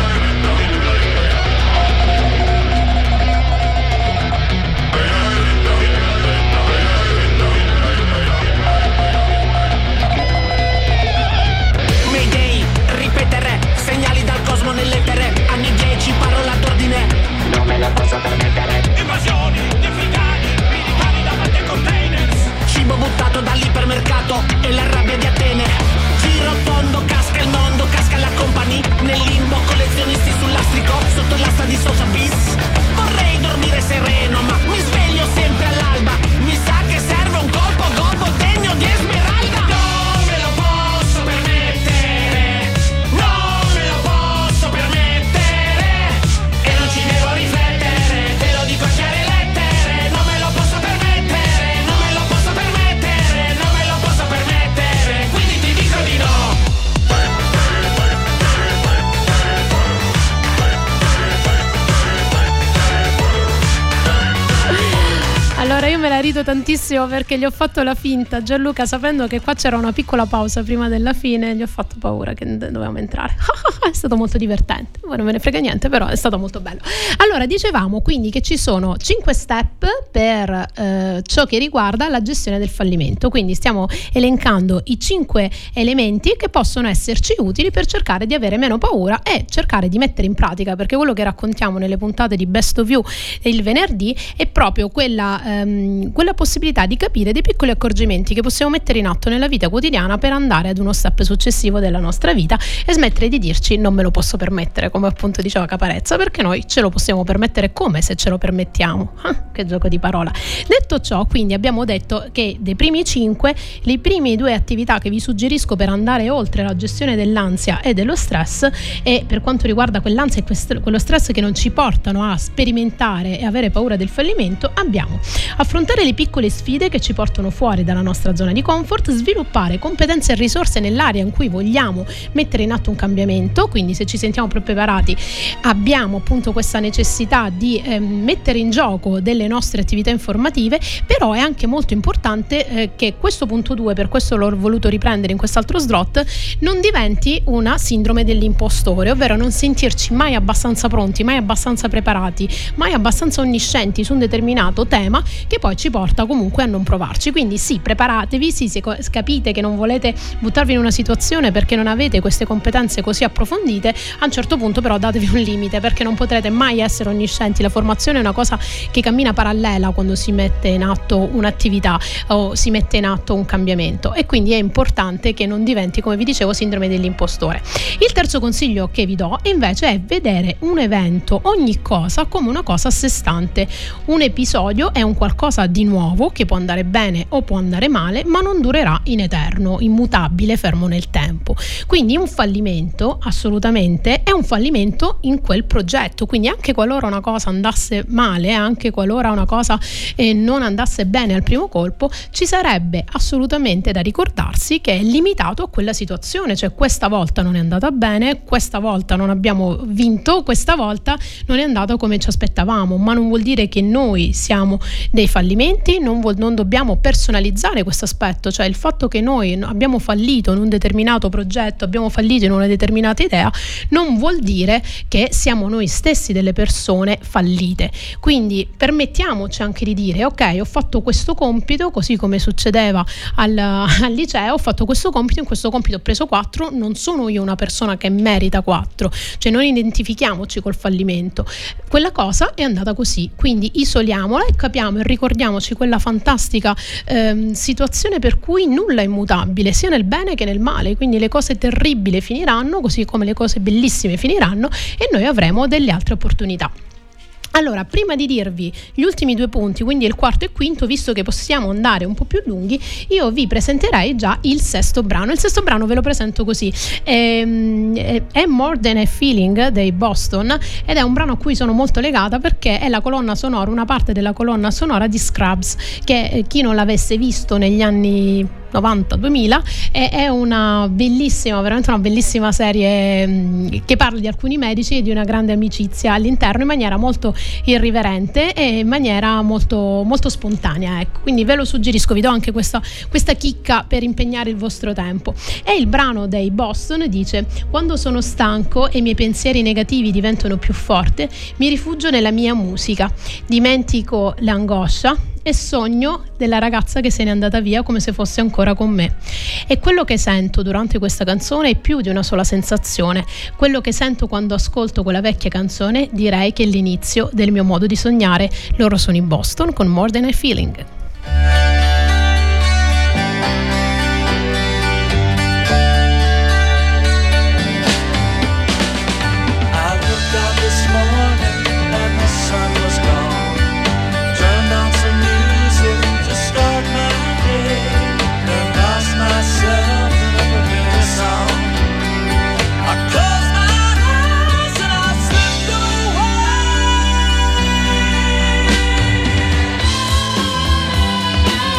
ridito tantissimo perché gli ho fatto la finta, Gianluca, sapendo che qua c'era una piccola pausa prima della fine, gli ho fatto paura che dovevamo entrare. È stato molto divertente, non me ne frega niente, però è stato molto bello. Allora, dicevamo quindi che ci sono 5 step per ciò che riguarda la gestione del fallimento, quindi stiamo elencando i 5 elementi che possono esserci utili per cercare di avere meno paura e cercare di mettere in pratica, perché quello che raccontiamo nelle puntate di Best of You il venerdì è proprio quella possibilità di capire dei piccoli accorgimenti che possiamo mettere in atto nella vita quotidiana per andare ad uno step successivo della nostra vita e smettere di dirci non me lo posso permettere, come appunto diceva Caparezza, perché noi ce lo possiamo permettere come se ce lo permettiamo. Che gioco di parola. Detto ciò, quindi abbiamo detto che dei primi 5, le prime 2 attività che vi suggerisco per andare oltre la gestione dell'ansia e dello stress, e per quanto riguarda quell'ansia e quello stress che non ci portano a sperimentare e avere paura del fallimento, abbiamo affrontare le piccole sfide che ci portano fuori dalla nostra zona di comfort, sviluppare competenze e risorse nell'area in cui vogliamo mettere in atto un cambiamento, quindi se ci sentiamo più preparati abbiamo appunto questa necessità di mettere in gioco delle nostre attività informative, però è anche molto importante che questo punto 2, per questo l'ho voluto riprendere in quest'altro slot, non diventi una sindrome dell'impostore, ovvero non sentirci mai abbastanza pronti, mai abbastanza preparati, mai abbastanza onniscienti su un determinato tema che poi ci porta comunque a non provarci. Quindi sì, preparatevi, sì, se capite che non volete buttarvi in una situazione perché non avete queste competenze così approfondite, a un certo punto però datevi un limite, perché non potrete mai essere onniscienti. La formazione è una cosa che cammina parallela quando si mette in atto un'attività o si mette in atto un cambiamento, e quindi è importante che non diventi, come vi dicevo, sindrome dell'impostore. Il terzo consiglio che vi do invece è vedere un evento, ogni cosa, come una cosa a sé stante. Un episodio è un qualcosa di nuovo che può andare bene o può andare male, ma non durerà in eterno, immutabile, fermo nel tempo. Quindi un fallimento assolutamente è un fallimento in quel progetto, quindi anche qualora una cosa andasse male, anche qualora una cosa non andasse bene al primo colpo, ci sarebbe assolutamente da ricordarsi che è limitato a quella situazione, cioè questa volta non è andata bene, questa volta non abbiamo vinto, questa volta non è andato come ci aspettavamo, ma non vuol dire che noi siamo dei fallimenti, non dobbiamo personalizzare questo aspetto, cioè il fatto che noi abbiamo fallito in un determinato progetto, abbiamo fallito in una determinata idea, non vuol dire che siamo noi stessi delle persone fallite. Quindi permettiamoci anche di dire ok, ho fatto questo compito, così come succedeva al liceo, ho fatto questo compito, in questo compito ho preso 4, non sono io una persona che merita 4, cioè non identifichiamoci col fallimento, quella cosa è andata così, quindi isoliamola e capiamo e ricordiamoci quella fantastica situazione per cui nulla è immutabile, sia nel bene che nel male, quindi le cose terribili finiranno così come le cose bellissime finiranno e noi avremo delle altre opportunità. Allora, prima di dirvi gli ultimi 2 punti, quindi il quarto e quinto, visto che possiamo andare un po' più lunghi, io vi presenterei già il sesto brano. Il sesto brano ve lo presento così, è More Than a Feeling dei Boston, ed è un brano a cui sono molto legata perché è la colonna sonora, una parte della colonna sonora di Scrubs, che chi non l'avesse visto negli anni 90-2000 è una bellissima, veramente una bellissima serie che parla di alcuni medici e di una grande amicizia all'interno, in maniera molto irriverente e in maniera molto, molto spontanea, ecco. Quindi ve lo suggerisco, vi do anche questa chicca per impegnare il vostro tempo. E il brano dei Boston dice: quando sono stanco e i miei pensieri negativi diventano più forti, mi rifugio nella mia musica, dimentico l'angoscia e sogno della ragazza che se n'è andata via come se fosse ancora con me. E quello che sento durante questa canzone è più di una sola sensazione. Quello che sento quando ascolto quella vecchia canzone direi che è l'inizio del mio modo di sognare. Loro sono i Boston con More Than a Feeling. Away.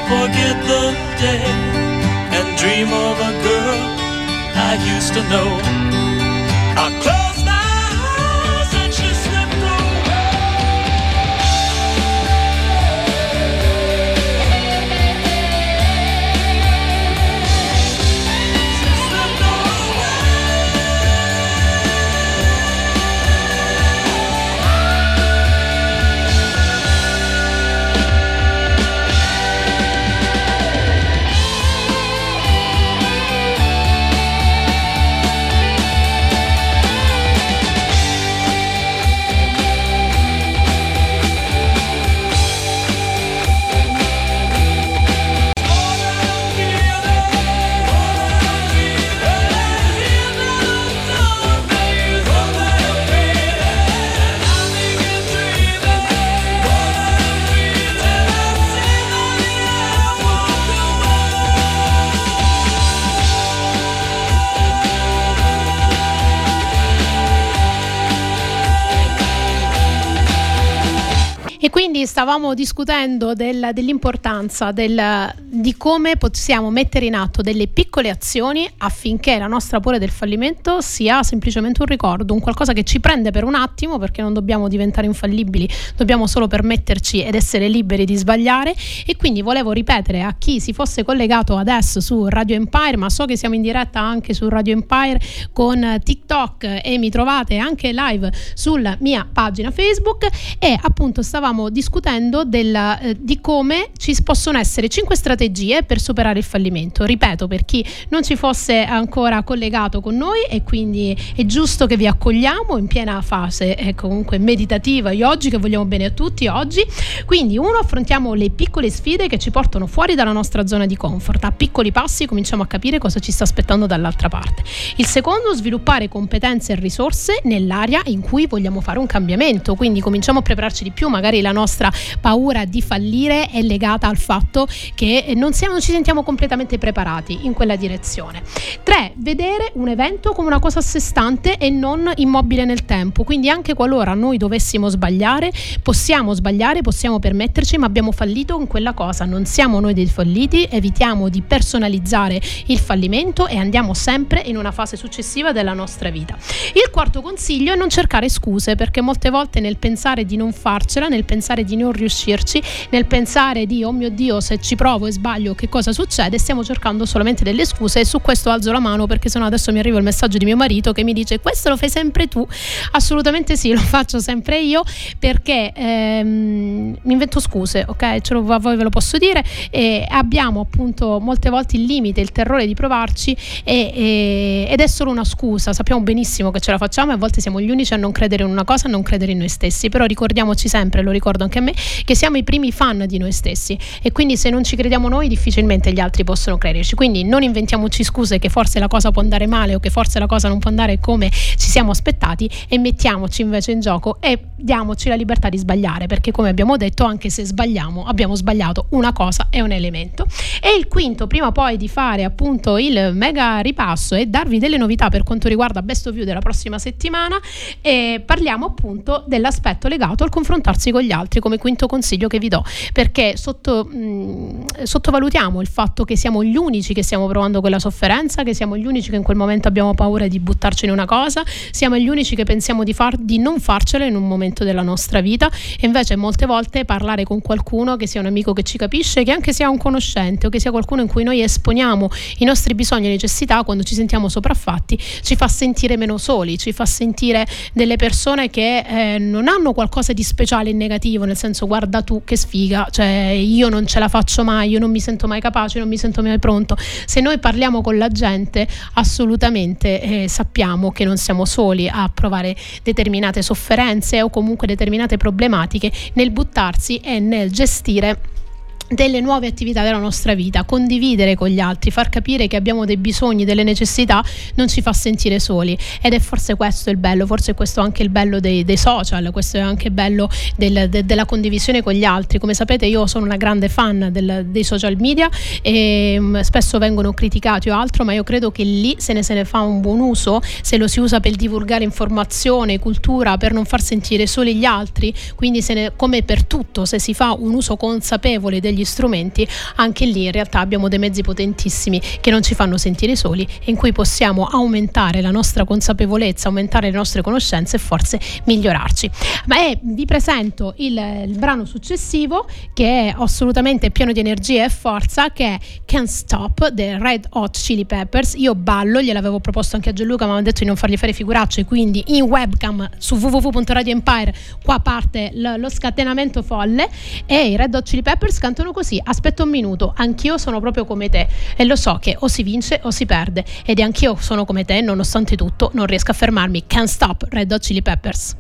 forget the day and dream of a girl I used to know. I close my eyes and she slipped away. She slipped away. E quindi stavamo discutendo dell'importanza di come possiamo mettere in atto delle piccole azioni affinché la nostra paura del fallimento sia semplicemente un ricordo, un qualcosa che ci prende per un attimo, perché non dobbiamo diventare infallibili, dobbiamo solo permetterci ed essere liberi di sbagliare. E quindi volevo ripetere a chi si fosse collegato adesso su Radio Empire, ma so che siamo in diretta anche su Radio Empire con TikTok e mi trovate anche live sulla mia pagina Facebook, e appunto stavamo discutendo di come ci possono essere 5 strategie per superare il fallimento. Ripeto, per chi non ci fosse ancora collegato con noi, e quindi è giusto che vi accogliamo in piena fase comunque meditativa oggi, che vogliamo bene a tutti oggi. Quindi affrontiamo le piccole sfide che ci portano fuori dalla nostra zona di comfort. A piccoli passi cominciamo a capire cosa ci sta aspettando dall'altra parte. Il secondo, sviluppare competenze e risorse nell'area in cui vogliamo fare un cambiamento, quindi cominciamo a prepararci di più. Magari la nostra paura di fallire è legata al fatto che non ci sentiamo completamente preparati in quella direzione. 3, vedere un evento come una cosa a sé stante e non immobile nel tempo, quindi anche qualora noi dovessimo sbagliare, possiamo permetterci, ma abbiamo fallito in quella cosa, non siamo noi dei falliti. Evitiamo di personalizzare il fallimento e andiamo sempre in una fase successiva della nostra vita. Il quarto consiglio è non cercare scuse, perché molte volte nel pensare di non farcela, nel pensare di non riuscirci, nel pensare di oh mio Dio, se ci provo e sbaglio che cosa succede, stiamo cercando solamente delle scuse. E su questo alzo la mano, perché sennò adesso mi arriva il messaggio di mio marito che mi dice: questo lo fai sempre tu. Assolutamente sì, lo faccio sempre io, perché mi invento scuse, ok? A voi ve lo posso dire, e abbiamo appunto molte volte il limite, il terrore di provarci, ed è solo una scusa. Sappiamo benissimo che ce la facciamo e a volte siamo gli unici a non credere in una cosa, a non credere in noi stessi, però ricordiamoci sempre, lo ricordo anche a me, che siamo i primi fan di noi stessi, e quindi se non ci crediamo noi difficilmente gli altri possono crederci. Quindi non inventiamoci scuse che forse la cosa può andare male o che forse la cosa non può andare come ci siamo aspettati, e mettiamoci invece in gioco e diamoci la libertà di sbagliare, perché come abbiamo detto, anche se sbagliamo, abbiamo sbagliato una cosa e un elemento. E il quinto, prima poi di fare appunto il mega ripasso e darvi delle novità per quanto riguarda Best of You della prossima settimana, parliamo appunto dell'aspetto legato al confrontarsi con gli altri, come quinto consiglio che vi do, perché sottovalutiamo il fatto che siamo gli unici che stiamo provando quella sofferenza, che siamo gli unici che in quel momento abbiamo paura di buttarci in una cosa, siamo gli unici che pensiamo di non farcela in un momento della nostra vita. E invece molte volte parlare con qualcuno, che sia un amico che ci capisce, che anche sia un conoscente o che sia qualcuno in cui noi esponiamo i nostri bisogni e necessità, quando ci sentiamo sopraffatti, ci fa sentire meno soli, ci fa sentire delle persone che non hanno qualcosa di speciale in negativo, nel senso: guarda tu che sfiga, cioè io non ce la faccio mai, io non mi sento mai capace, non mi sento mai pronto. Se noi parliamo con la gente, assolutamente sappiamo che non siamo soli a provare determinate sofferenze o comunque determinate problematiche nel buttarsi e nel gestire delle nuove attività della nostra vita. Condividere con gli altri, far capire che abbiamo dei bisogni, delle necessità, non ci fa sentire soli, ed è forse questo il bello, forse questo è anche il bello dei social, questo è anche il bello della condivisione con gli altri. Come sapete, io sono una grande fan dei social media e spesso vengono criticati o altro, ma io credo che lì se ne fa un buon uso, se lo si usa per divulgare informazione, cultura, per non far sentire soli gli altri. Quindi come per tutto, se si fa un uso consapevole degli degli strumenti, anche lì in realtà abbiamo dei mezzi potentissimi che non ci fanno sentire soli e in cui possiamo aumentare la nostra consapevolezza, aumentare le nostre conoscenze e forse migliorarci. Vi presento il brano successivo, che è assolutamente pieno di energia e forza, che è Can't Stop dei Red Hot Chili Peppers. Io ballo, gliel'avevo proposto anche a Gianluca, ma mi hanno detto di non fargli fare figuracce, quindi in webcam su www.radio Empire qua parte lo scatenamento folle e i Red Hot Chili Peppers cantano così: aspetta un minuto, anch'io sono proprio come te e lo so che o si vince o si perde, ed anch'io sono come te, nonostante tutto non riesco a fermarmi. Can't Stop, Red Hot Chili Peppers.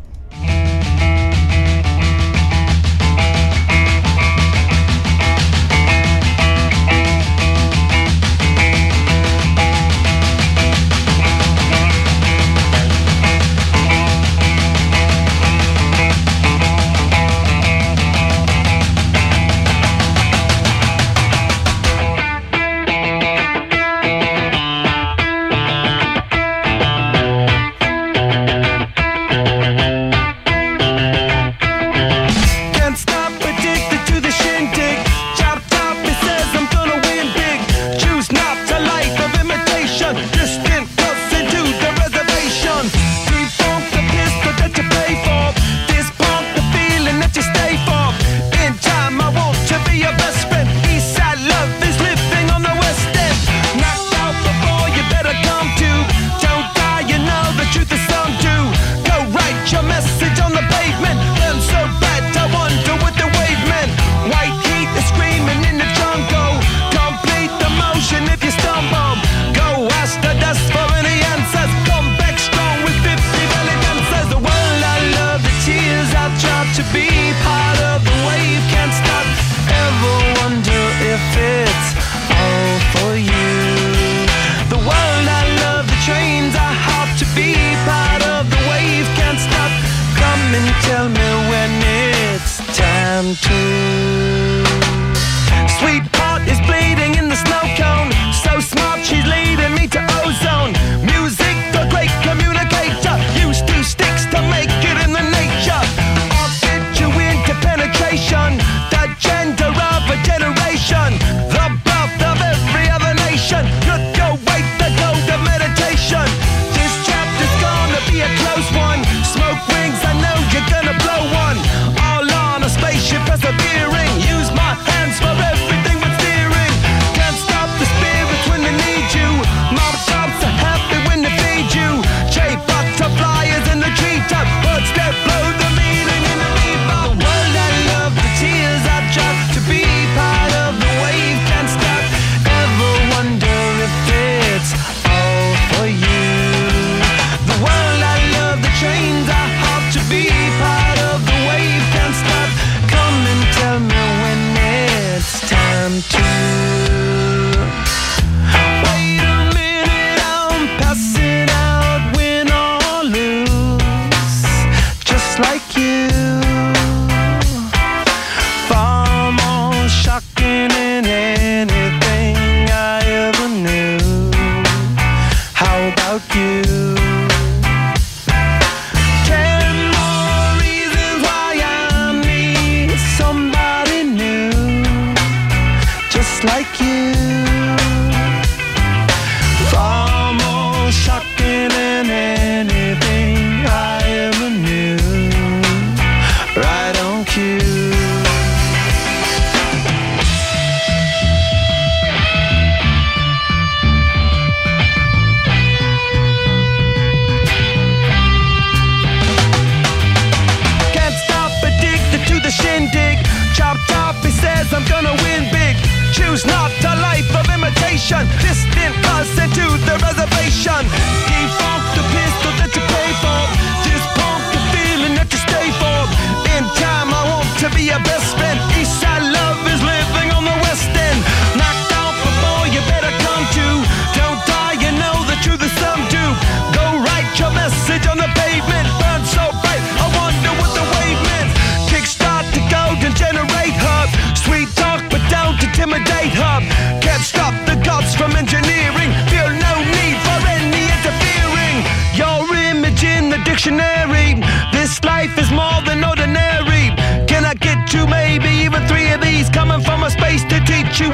This life is more than ordinary. Can I get you maybe even 3 of these coming from a space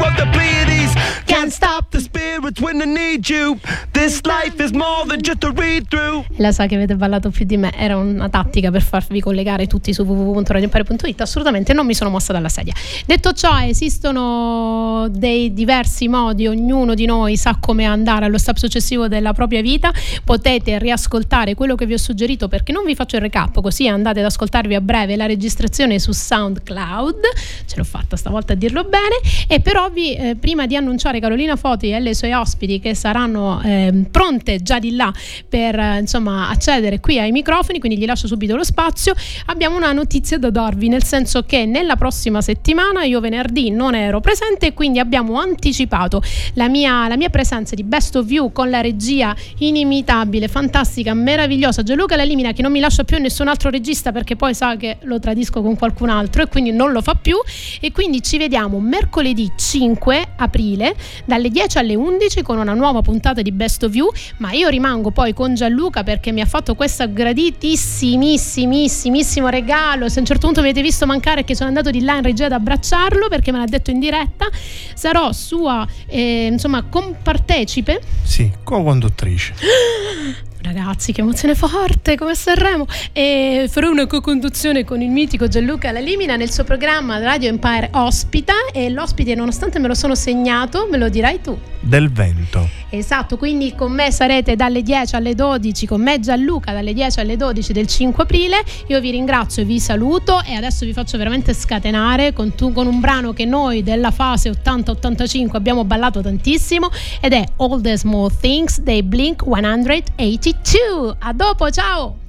of the Pleiades. Can't stop the spirits when they need you. This life is more than just a read through. La sa che avete ballato più di me, era una tattica per farvi collegare tutti su www.radioempire.it. Assolutamente non mi sono mossa dalla sedia. Detto ciò, esistono dei diversi modi, ognuno di noi sa come andare allo step successivo della propria vita. Potete riascoltare quello che vi ho suggerito, perché non vi faccio il recap, così andate ad ascoltarvi a breve la registrazione su SoundCloud. Ce l'ho fatta stavolta a dirlo bene. E però prima di annunciare Carolina Foti e le sue ospiti che saranno pronte già di là per insomma accedere qui ai microfoni, quindi gli lascio subito lo spazio, abbiamo una notizia da darvi, nel senso che nella prossima settimana io venerdì non ero presente e quindi abbiamo anticipato la mia presenza di Best of You con la regia inimitabile, fantastica, meravigliosa Gianluca Lalimina, che non mi lascia più nessun altro regista perché poi sa che lo tradisco con qualcun altro e quindi non lo fa più. E quindi ci vediamo mercoledì 5 aprile dalle 10 alle 11 con una nuova puntata di Best of You, ma io rimango poi con Gianluca perché mi ha fatto questo graditissimissimo regalo. Se a un certo punto mi avete visto mancare, che sono andato di là in regia ad abbracciarlo perché me l'ha detto in diretta, sarò sua compartecipe. Sì, co-conduttrice. Ragazzi, che emozione forte, come Sanremo. E farò una co-conduzione con il mitico Gianluca Lalimina nel suo programma Radio Empire Ospita, e l'ospite, nonostante me lo sono segnato, me lo dirai tu. Del vento. Esatto, quindi con me sarete dalle 10 alle 12, con me Gianluca dalle 10 alle 12 del 5 aprile. Io vi ringrazio e vi saluto e adesso vi faccio veramente scatenare con un brano che noi della fase 80-85 abbiamo ballato tantissimo, ed è All the Small Things dei Blink-182. A dopo, ciao!